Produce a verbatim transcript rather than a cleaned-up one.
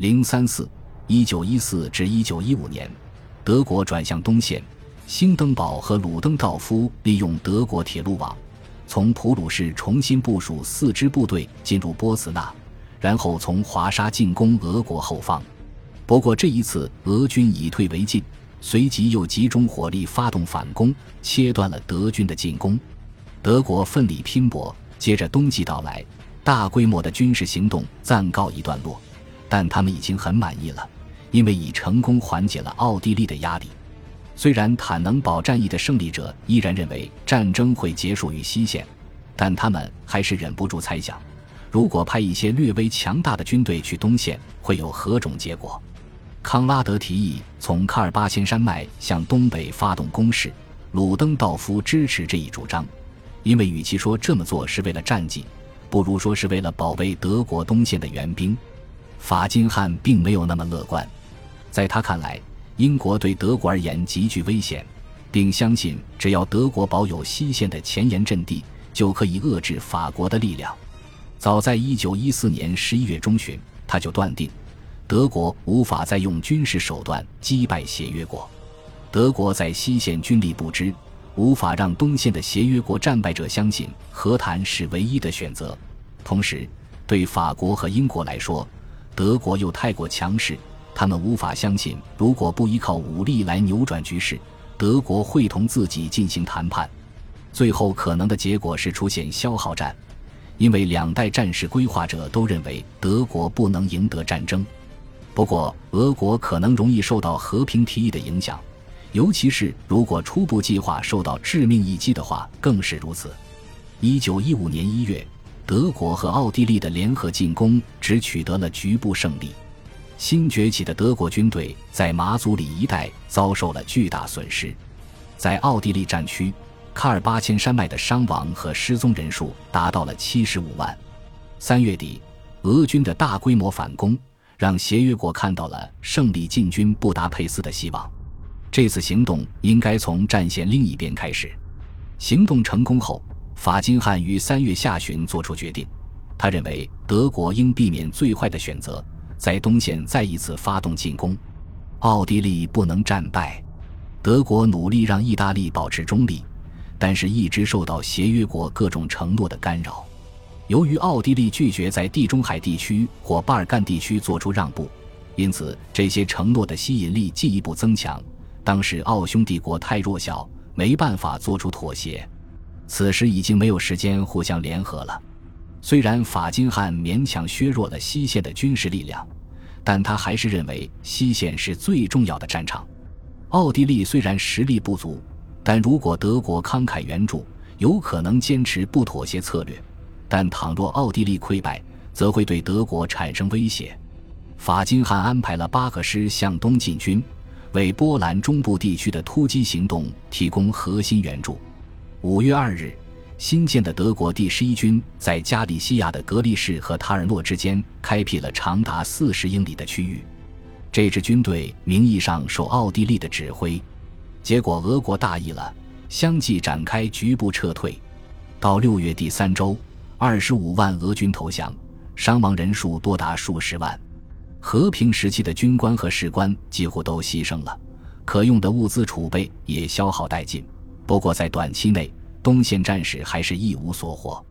零三四 一九一四至一九一五年，德国转向东线，兴登堡和鲁登道夫利用德国铁路网，从普鲁士重新部署四支部队进入波茨纳，然后从华沙进攻俄国后方。不过这一次俄军以退为进，随即又集中火力发动反攻，切断了德军的进攻。德国奋力拼搏，接着冬季到来，大规模的军事行动暂告一段落，但他们已经很满意了，因为已成功缓解了奥地利的压力。虽然坦能堡战役的胜利者依然认为战争会结束于西线，但他们还是忍不住猜想，如果派一些略微强大的军队去东线，会有何种结果。康拉德提议从喀尔巴阡山脉向东北发动攻势，鲁登道夫支持这一主张，因为与其说这么做是为了战绩，不如说是为了保卫德国东线的援兵。法金汉并没有那么乐观，在他看来，英国对德国而言极具危险，并相信只要德国保有西线的前沿阵地，就可以遏制法国的力量。早在一九一四年十一月中旬，他就断定德国无法再用军事手段击败协约国。德国在西线军力不支，无法让东线的协约国战败者相信和谈是唯一的选择。同时，对法国和英国来说，德国又太过强势，他们无法相信如果不依靠武力来扭转局势，德国会同自己进行谈判。最后可能的结果是出现消耗战，因为两代战事规划者都认为德国不能赢得战争。不过俄国可能容易受到和平提议的影响，尤其是如果初步计划受到致命一击的话更是如此。一九一五年一月，德国和奥地利的联合进攻只取得了局部胜利。新崛起的德国军队在马祖里一带遭受了巨大损失。在奥地利战区，喀尔巴阡山脉的伤亡和失踪人数达到了七十五万。三月底，俄军的大规模反攻让协约国看到了胜利进军布达佩斯的希望。这次行动应该从战线另一边开始。行动成功后，法金汉于三月下旬作出决定，他认为德国应避免最坏的选择，在东线再一次发动进攻。奥地利不能战败，德国努力让意大利保持中立，但是一直受到协约国各种承诺的干扰。由于奥地利拒绝在地中海地区或巴尔干地区做出让步，因此这些承诺的吸引力进一步增强。当时奥匈帝国太弱小，没办法做出妥协。此时已经没有时间互相联合了。虽然法金汉勉强削弱了西线的军事力量，但他还是认为西线是最重要的战场。奥地利虽然实力不足，但如果德国慷慨援助，有可能坚持不妥协策略，但倘若奥地利溃败，则会对德国产生威胁。法金汉安排了八个师向东进军，为波兰中部地区的突击行动提供核心援助。五月二日，新建的德国第十一军在加利西亚的格利士和塔尔诺之间开辟了长达四十英里的区域。这支军队名义上受奥地利的指挥，结果俄国大意了，相继展开局部撤退。到六月第三周，二十五万俄军投降，伤亡人数多达数十万。和平时期的军官和士官几乎都牺牲了，可用的物资储备也消耗殆尽。不过在短期内，东线战士还是一无所获。